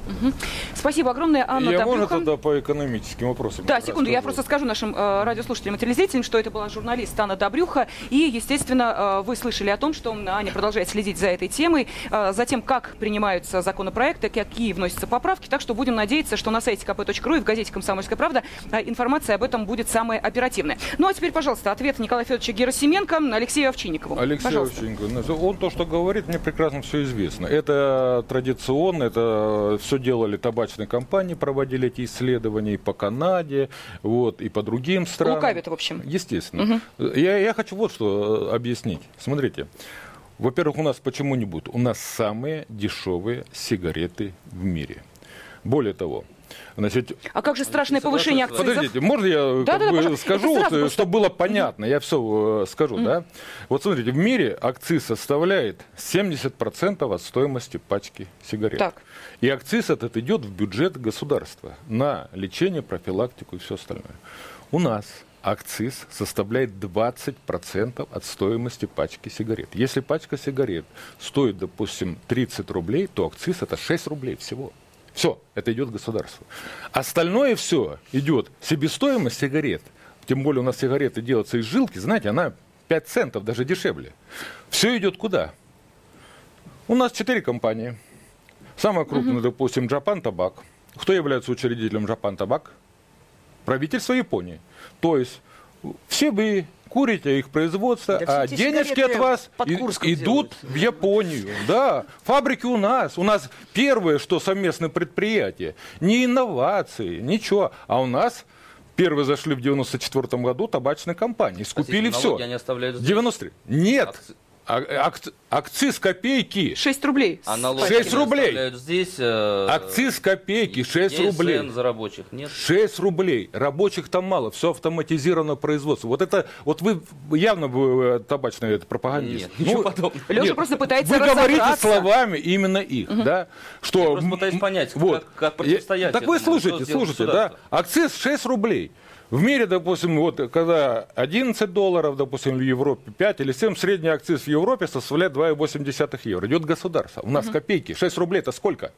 Спасибо огромное, Анна Я Добрюха. можно тогда по экономическим вопросам? Да, секунду, я просто скажу нашим радиослушателям и телезрителям, что это была журналист Анна Добрюха. И, естественно, вы слышали о том, что Аня продолжает следить за этой темой, за тем, как принимаются законопроекты, какие вносятся поправки. Так что будем надеяться, что на сайте kp.ru и в газете «Комсомольская правда» информация об этом будет самая оперативная. Ну а теперь, пожалуйста, ответ Николая Федоровича Герасименко Алексею Овчинникову. Алексей Овчинников, он то, что говорит, мне прекрасно все известно. Это традиционно, это все делали табачные компании, проводили эти исследования и по Канаде, вот, и по другим странам. Лукавит, в общем. Естественно. Я хочу вот что объяснить. Смотрите. Во-первых, у нас почему не будет? У нас самые дешевые сигареты в мире. Более того, значит, а как же страшное повышение акцизов? Подождите, можно я скажу, чтобы было понятно? Я все скажу, да? Вот смотрите, в мире акциз составляет 70% от стоимости пачки сигарет. Так. И акциз этот идет в бюджет государства на лечение, профилактику и все остальное. У нас акциз составляет 20% от стоимости пачки сигарет. Если пачка сигарет стоит, допустим, 30 рублей, то акциз это 6 рублей всего. Все, это идет государству. Остальное все идет себестоимость сигарет. Тем более у нас сигареты делаются из жилки, знаете, она 5 центов, даже дешевле. Все идет куда? У нас 4 компании. Самая крупная, допустим, Japan Tobacco. Кто является учредителем Japan Tobacco? Правительство Японии. То есть все вы курите их производство, да, а денежки от вас идут в Японию. Да, фабрики у нас. У нас первое, что совместное предприятие. Не инновации, ничего. А у нас первые зашли в 94 году табачные компании. Скупили все. Они оставляют 93. Нет. Акциз копейки. 6 рублей. 6 рублей. Здесь, акциз копейки, 6 рублей. За рабочих нет? 6 рублей. Рабочих там мало. Все автоматизировано производство. Вот это, вот вы явно табачный пропагандист. Нет, ничего подобного. Леша просто пытается Вы разобраться. говорите словами именно их, да? Что, я просто пытаюсь понять, вот, как противостоять. Так вы слушайте, да? Акциз 6 рублей. В мире, допустим, вот когда $11, допустим, в Европе 5 или 7, средний акциз в Европе составляет 2,8 евро. Идет государство. У нас копейки. 6 рублей это сколько?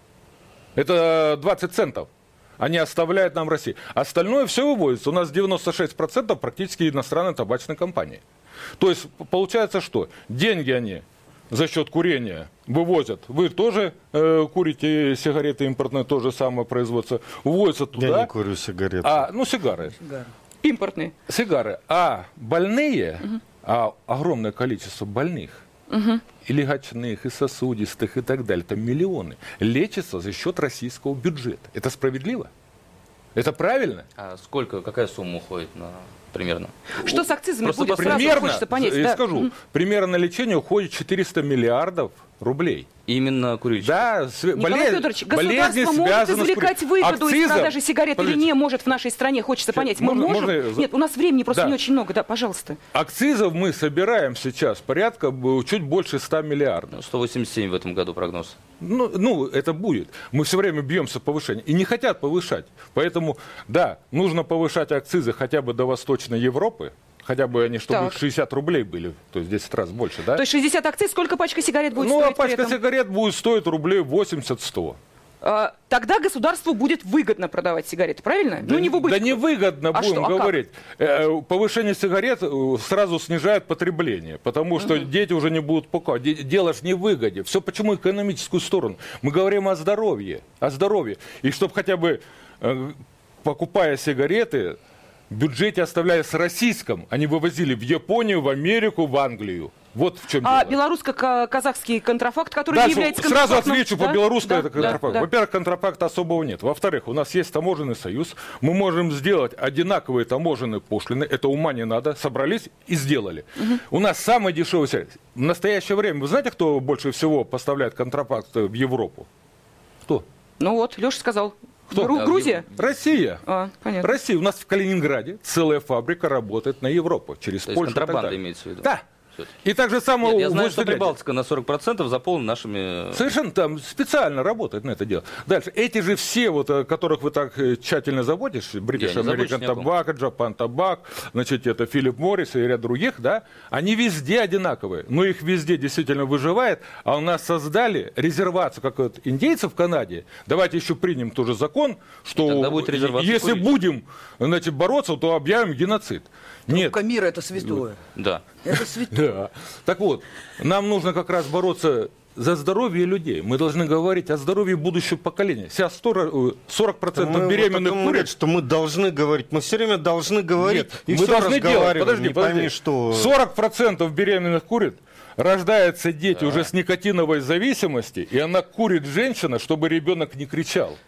Это 20 центов. Они оставляют нам Россию. Остальное все выводится. У нас 96% практически иностранные табачные компании. То есть получается что? Деньги они за счет курения вывозят. Вы тоже курите сигареты импортные, то же самое производство. Увозятся туда. Я не курю сигареты. Сигары. Импортные. Сигары. А больные, огромное количество больных, и легочных, и сосудистых, и так далее, там миллионы, лечатся за счет российского бюджета. Это справедливо? Это правильно? А какая сумма уходит на... Примерно. Что с акцизами Просто будет? примерно, хочется понять. Я скажу, примерно на лечение уходит 400 миллиардов рублей. Именно курильщики. Да, Николай Федорович, государство может извлекать выгоду из продажи сигарет или не может в нашей стране? Хочется понять. Мы можем? Нет, у нас времени просто не очень много. Да, пожалуйста. Акцизов мы собираем сейчас порядка чуть больше 100 миллиардов. 187 в этом году прогноз. Ну, это будет. Мы все время бьемся повышения. И не хотят повышать. Поэтому, да, нужно повышать акцизы хотя бы до Восточной Европы. Хотя бы они, чтобы 60 рублей были, то есть 10 раз больше, да? То есть 60 акциз, сколько пачка сигарет будет стоить? Ну, а пачка сигарет будет стоить рублей 80-100. Тогда государству будет выгодно продавать сигареты, правильно? Да, не в убыток. Да невыгодно, будем говорить. Повышение сигарет сразу снижает потребление, потому что дети уже не будут покупать. Дело же не в выгоде. Все почему экономическую сторону? Мы говорим о здоровье. И чтобы хотя бы, покупая сигареты, в бюджете оставляя с российском, они вывозили в Японию, в Америку, в Англию. Вот в чем дело. А белорусско-казахский контрафакт, который не является контрафактом? Сразу отвечу по белорусскому это контрафакт. Во-первых, контрафакта особого нет. Во-вторых, у нас есть таможенный союз. Мы можем сделать одинаковые таможенные пошлины. Это ума не надо. Собрались и сделали. У нас самый дешевый сервис. В настоящее время, вы знаете, кто больше всего поставляет контрафакт в Европу? Кто? Ну вот, Леша сказал. Кто? Грузия? Россия. Понятно. Россия. У нас в Калининграде целая фабрика работает на Европу. Через То Польшу. Контрабанда имеется в виду? Да. И так же самое... Нет, я знаю, что Прибалтика на 40% заполнена нашими... Совершенно там специально работает на это дело. Дальше. Эти же все, вот, о которых вы так тщательно заботитесь, British American Tobacco, Japan Tobacco, значит, это Philip Morris и ряд других, да, они везде одинаковые. Но их везде действительно выживает. А у нас создали резервацию, как вот индейцев в Канаде. Давайте еще примем тоже закон, что если будем, значит, бороться, то объявим геноцид. Нет. Трубка мира — это святое. Да. Это святое. Да. Так вот, нам нужно как раз бороться за здоровье людей. Мы должны говорить о здоровье будущего поколения. Сейчас 40% беременных курят. Что мы должны говорить. Мы все время должны говорить. Нет, и мы все должны делать. Подожди. Пойми, что... 40% беременных курят. Рождаются дети уже с никотиновой зависимости, и она курит женщина, чтобы ребенок не кричал.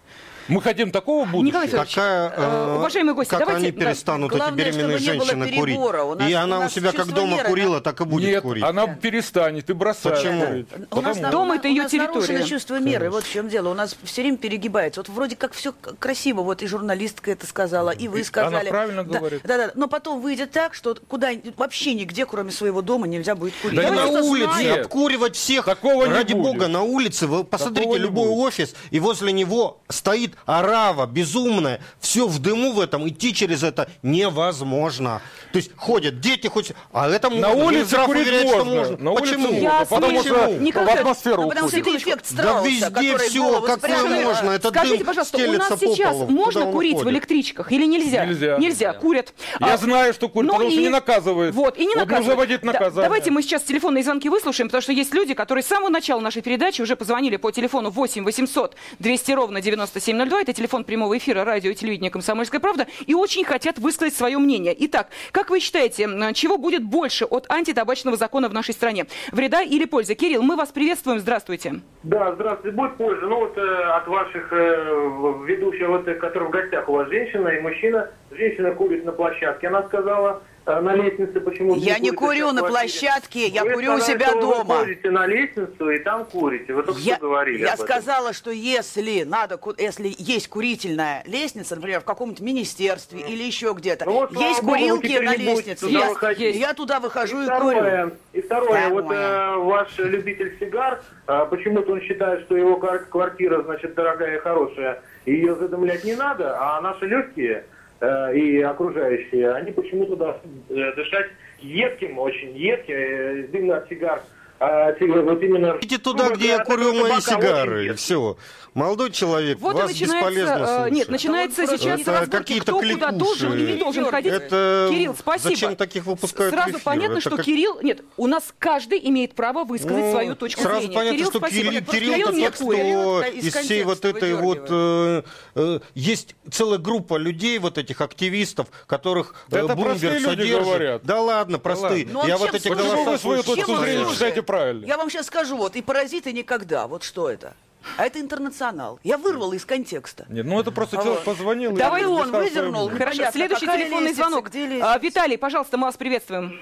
Мы хотим такого будущего. Николай Федорович, уважаемые гости, как давайте... они перестанут, Главное, эти беременные женщины курить? И она у себя как дома курила, так и будет курить. Нет, она перестанет и бросает. Почему? У нас Дом — это ее территория. нарушено чувство меры, вот в чем дело. У нас все время перегибается. Вот вроде как все красиво, вот и журналистка это сказала, и вы сказали. Она правильно говорит. Да. Но потом выйдет так, что вообще нигде, кроме своего дома, нельзя будет курить. Да на улице знаем. обкуривать всех. Такого ради не будет. бога, на улице. Вы посмотрите любой офис, и возле него стоит орава безумная. Все в дыму в этом. Идти через это невозможно. То есть ходят дети, а это на улице курить можно. На Почему? улице можно, потому что в атмосферу Потому что это эффект Да страуса, везде который все, голову какое спрятал. можно. Это Скажите, дым пожалуйста, у стелется нас по сейчас полу. можно Куда он курить в уходит? электричках или нельзя? Нельзя. Курят. Я знаю, что курят, потому что не наказывает. Вот, и не наказывает. нужно вводить наказание. Давайте мы сейчас телефонные звонки выслушаем, потому что есть люди, которые с самого начала нашей передачи уже позвонили по телефону 8 800 200 ровно 9702. Это телефон прямого эфира радио и телевидения «Комсомольская правда». И очень хотят высказать свое мнение. Итак, как вы считаете, чего будет больше от антитабачного закона в нашей стране? Вреда или пользы? Кирилл, мы вас приветствуем. Здравствуйте. Да, здравствуйте. Будет польза. Ну вот от ваших ведущих, вот, которые в гостях у вас, женщина и мужчина. Женщина курит на площадке, она сказала, на лестнице почему-то. Я не курю на площадке, я курю у себя что дома. Вы ходите на лестницу и там курите. Вы только что говорили Я об этом. сказала, что если есть курительная лестница, например, в каком-то министерстве или еще где-то, Ну вот, есть слава богу, курилки теперь на не будете лестнице, туда выходить. я туда выхожу и курю. И второе, вот Второе. ваш любитель сигар, почему-то он считает, что его квартира, значит, дорогая и хорошая, и ее задымлять не надо, а наши легкие и окружающие, они почему-то должны дышать едким, очень едким, дым от сигар. Вот именно... Идите туда, где я курю мои сигары, и все. Молодой человек, Вот вас бесполезно слушать. Нет, начинается сейчас Это разборки, какие-то кто куда должен и не должен ходить. Это... Кирилл, спасибо. Зачем таких выпускают в Сразу эфир? понятно, Это что как... Кирилл... Нет, у нас каждый имеет право высказать свою точку сразу зрения. понятно, Кирилл, что спасибо. Кирилл не тот, курит. что из из всей вот контекста этой вот... есть целая группа людей, вот этих активистов, которых Это простые Блумберг люди содержит. говорят. Да ладно, простые. Ну, а Я чем вот эти слушать? Почему вы голоса свою слушаю. точку зрения слушай? считаете правильно? Я вам сейчас скажу, вот, и паразиты никогда, вот что это? А это интернационал. Я вырвала из контекста. Нет, ну это просто человек позвонил. Давай и он написал выдернул. свое мнение. Хорошо, Понятно, следующий какая телефонный лестница, звонок. где лестница? Виталий, пожалуйста, мы вас приветствуем.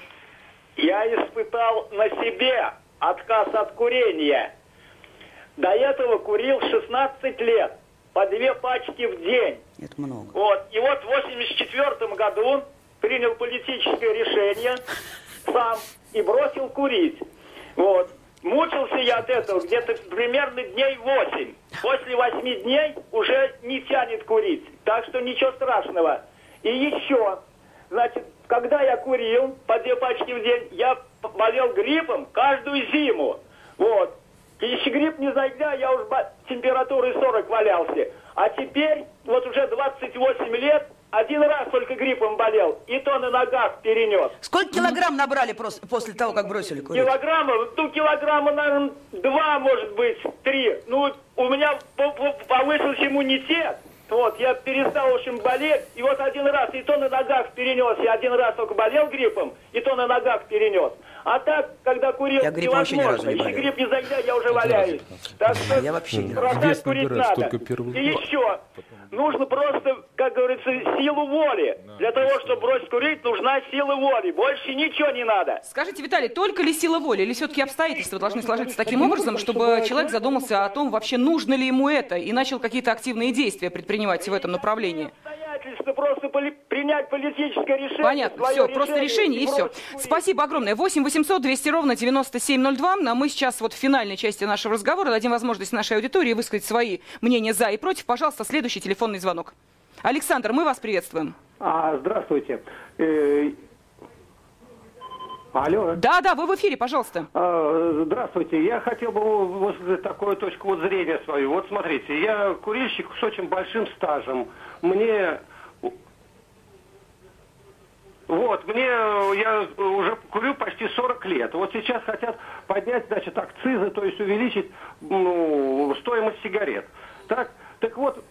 Я испытал на себе отказ от курения. До этого курил 16 лет, по 2 пачки в день. Это много. Вот. И вот в 1984 году принял политическое решение сам и бросил курить. Вот. Мучился я от этого где-то примерно дней 8. После 8 дней уже не тянет курить. Так что ничего страшного. И еще, значит, когда я курил по 2 пачки в день, я болел гриппом каждую зиму. Вот. И еще грипп не зайдя, я уже температурой 40 валялся. А теперь, вот уже 28 лет, один раз только гриппом болел, и то на ногах перенес. Сколько килограмм набрали после того, как бросили курить? Килограмма, наверное, 2, может быть, 3. Ну, у меня повысился иммунитет. Вот, я перестал, в общем, болеть. И вот один раз, и то на ногах перенес. Я один раз только болел гриппом, и то на ногах перенес. А так, когда курил, Я гриппом вообще ни разу невозможно. не Еще болел. грипп не зайдя, я уже валяюсь. Так что Я вообще не бросать курить надо. И еще, нужно просто, как говорится, силу воли. Для того, чтобы бросить курить, нужна сила воли. Больше ничего не надо. Скажите, Виталий, только ли сила воли, или все-таки обстоятельства должны сложиться таким образом, чтобы человек задумался о том, вообще нужно ли ему это, и начал какие-то активные действия предпринимать в этом направлении? правительство просто принять политическое решение. Понятно, все, просто решение и все. Спасибо огромное. 8 800 200 ровно 9702. А мы сейчас вот в финальной части нашего разговора дадим возможность нашей аудитории высказать свои мнения за и против. Пожалуйста, следующий телефонный звонок. Александр, мы вас приветствуем. Здравствуйте. Алло. Да, вы в эфире, пожалуйста. Здравствуйте. Я хотел бы высказать такую точку зрения свою. Вот смотрите, я курильщик с очень большим стажем. Я уже курю почти 40 лет. Вот сейчас хотят поднять, значит, акцизы, то есть увеличить стоимость сигарет. Так вот,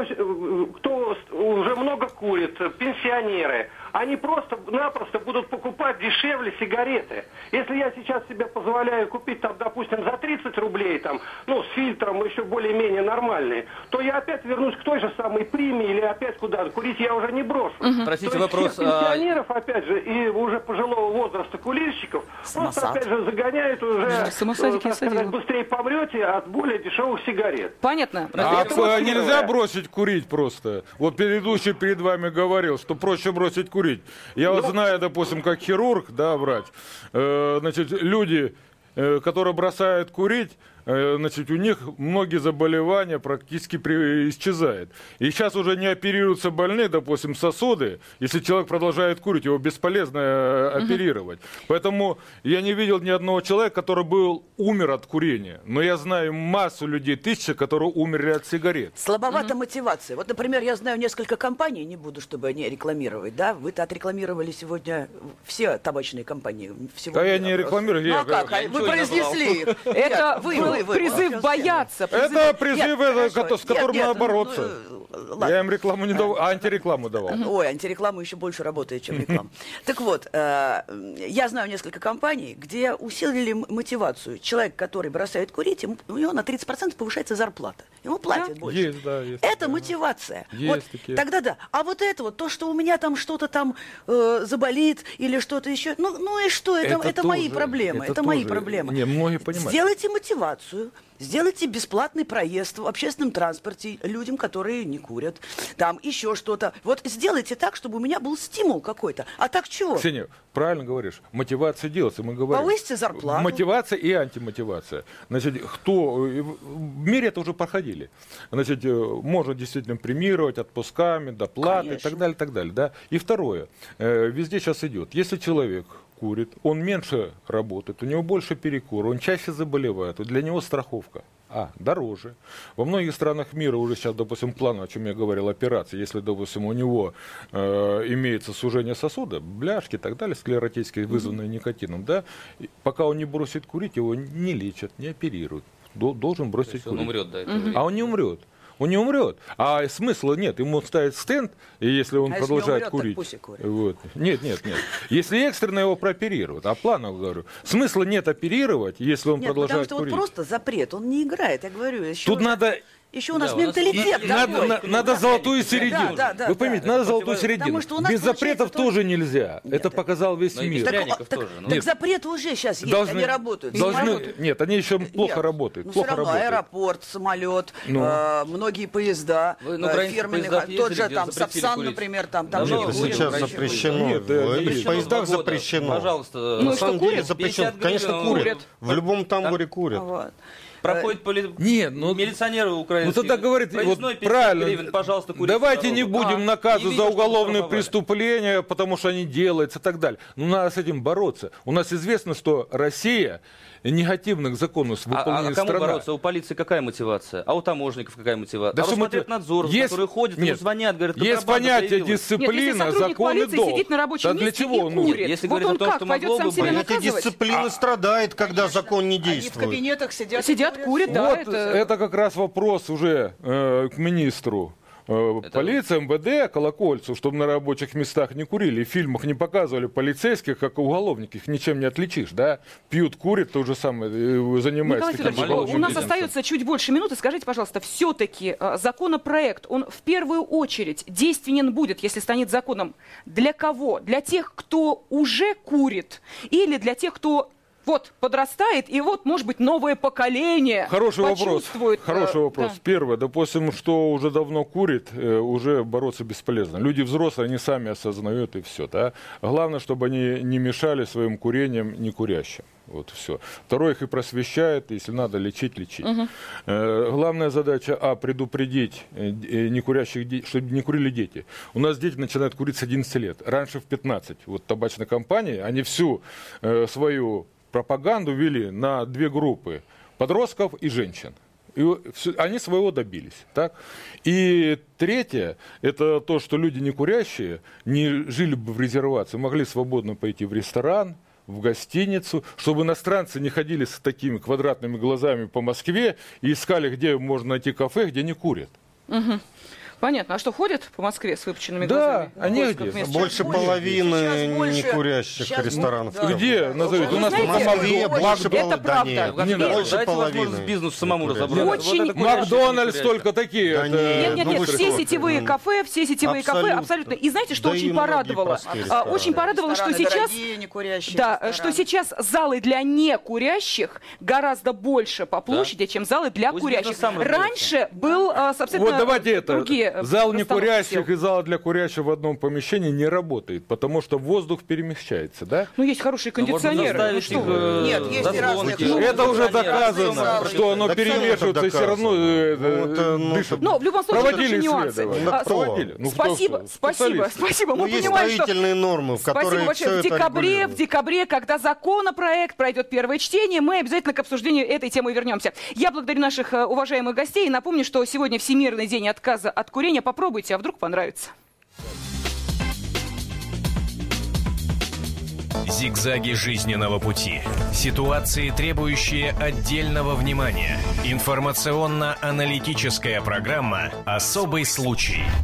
кто уже много курит, пенсионеры, они просто-напросто будут покупать дешевле сигареты. Если я сейчас себе позволяю купить, там, допустим, за 30 рублей, там, с фильтром еще более-менее нормальные, то я опять вернусь к той же самой премии или опять куда-то. Курить я уже не брошу. Простите, вопрос... Всех пенсионеров, опять же, и уже пожилого возраста курильщиков просто, опять же, загоняют уже, быстрее помрете от более дешевых сигарет. Понятно. Нельзя бросить курить просто. Вот предыдущий перед вами говорил, что проще бросить курить. Я вот знаю, допустим, как хирург, врач, значит, люди, которые бросают курить, значит, у них многие заболевания практически исчезают. И сейчас уже не оперируются больные, допустим, сосуды. Если человек продолжает курить, его бесполезно оперировать. Поэтому я не видел ни одного человека, который умер от курения. Но я знаю массу людей, тысячи, которые умерли от сигарет. Слабовата мотивация. Вот, например, я знаю несколько компаний, не буду, чтобы не рекламировать, да? Вы-то отрекламировали сегодня все табачные компании. Я не рекламирую. Вы произнесли их. Это призыв бояться. Это призыв, с которым надо бороться. Я им рекламу не давал, а антирекламу давал. Ой, антирекламу еще больше работает, чем реклама. Так вот, я знаю несколько компаний, где усилили мотивацию. Человек, который бросает курить, у него на 30% повышается зарплата. Ему платят больше. Есть, это мотивация. Есть такие. Тогда да. А вот это вот, то, что у меня там что-то там заболит или что-то еще, и что? Это мои проблемы. Это мои проблемы. Не, многие понимают. Сделайте мотивацию. Сделайте бесплатный проезд в общественном транспорте людям, которые не курят. Там еще что-то. Вот сделайте так, чтобы у меня был стимул какой-то. А так чего? Ксения, правильно говоришь. Мотивация делается. Мы говорим. Повысьте зарплату. Мотивация и антимотивация. Значит, в мире это уже проходили. Значит, можно действительно премировать отпусками, доплаты и так далее, так далее. Да? И второе. Везде сейчас идет. Если человек курит, он меньше работает, у него больше перекура, он чаще заболевает, для него страховка дороже. Во многих странах мира уже сейчас, допустим, план, о чем я говорил, операции, если, допустим, у него имеется сужение сосуда, бляшки и так далее, склеротические, вызванные никотином, пока он не бросит курить, его не лечат, не оперируют. Должен бросить курить. Он умрет до этого. А он не умрет. Он не умрет. А смысла нет. Ему ставят стенд, и если он продолжает если курить. Пусть и курит. Вот. Нет. Если экстренно его прооперируют, а планово говорю, смысла нет оперировать, если он продолжает потому что курить. Вот просто запрет, он не играет, я говорю. Тут надо... Еще у нас менталитет такой. Надо золотую середину. Вы поймите, надо золотую середину. Без запретов тоже нельзя. Это показал весь мир. Так запреты уже сейчас есть, они работают. Нет, они еще плохо работают. Все равно аэропорт, самолет, многие поезда фирменных, тот же там Сапсан, например, там сейчас запрещено. В поездах запрещено. Пожалуйста. На самом деле запрещено. Конечно, курят. В любом тамбуре курят. Проходит милиционеры украинские. Тогда говорит, правильно, гривен, пожалуйста, курите. Давайте не будем наказывать за уголовные преступления, потому что они делаются и так далее. Но надо с этим бороться. У нас известно, что Россия негативных законов выполнения страна. Кому бороться? У полиции какая мотивация? А у таможенников какая мотивация? А Роспотребнадзор, которые ходят, ему звонят, говорят, есть понятие дисциплина, закон и долг. Сидит на рабочем для чего? Если говорить о том, что могло бы быть. Дисциплина страдает, когда закон не действует. Они в кабинетах сидят, курят. Это как раз вопрос уже к министру. Полиция, МВД, Колокольцу, чтобы на рабочих местах не курили. В фильмах не показывали полицейских, как уголовники. Их ничем не отличишь, да? Пьют, курят, то же самое, занимаются. Николай Федорович, у нас остается чуть больше минуты. Скажите, пожалуйста, все-таки законопроект, он в первую очередь действенен будет, если станет законом, для кого? Для тех, кто уже курит, или для тех, кто вот подрастает, и вот, может быть, новое поколение Хороший вопрос. почувствует... Хороший вопрос. Да. Первое, допустим, что уже давно курит, уже бороться бесполезно. Люди взрослые, они сами осознают, и все. Да? Главное, чтобы они не мешали своим курением некурящим. Вот все. Второе, их и просвещает, если надо лечить, лечить. Главная задача, предупредить некурящих, чтобы не курили дети. У нас дети начинают курить с 11 лет, раньше в 15. Вот табачные компании, они всю свою пропаганду вели на две группы, подростков и женщин. И они своего добились. Так? И третье, это то, что люди некурящие не жили бы в резервации, могли свободно пойти в ресторан, в гостиницу, чтобы иностранцы не ходили с такими квадратными глазами по Москве и искали, где можно найти кафе, где не курят. Угу. Понятно. А что, ходят по Москве с выпученными глазами? Да, они где? Больше половины не курящих ресторанов. Да. Где? Назовите. У нас это правда. Дайте возможность бизнесу самому разобраться. Макдональдс только такие. Нет, все сетевые кафе, абсолютно. И знаете, что очень порадовало? Очень порадовало, что сейчас... Да, что сейчас залы для некурящих гораздо больше по площади, чем залы для курящих. Раньше был, собственно, вот давайте это. Другие зал некурящих и зал для курящих в одном помещении не работает, потому что воздух перемещается, да? Ну, есть хорошие кондиционеры. Нет, есть разные. Это уже доказано, что оно перемешивается и все равно дышит. Но в любом случае, короче, нюансы. Спасибо. Мы понимаем, что... строительные нормы, в которые в декабре, когда законопроект пройдет первое чтение, мы обязательно к обсуждению этой темы вернемся. Я благодарю наших уважаемых гостей и напомню, что сегодня Всемирный день отказа от курения. Попробуйте, а вдруг понравится. Зигзаги жизненного пути. Ситуации, требующие отдельного внимания. Информационно-аналитическая программа «Особый случай».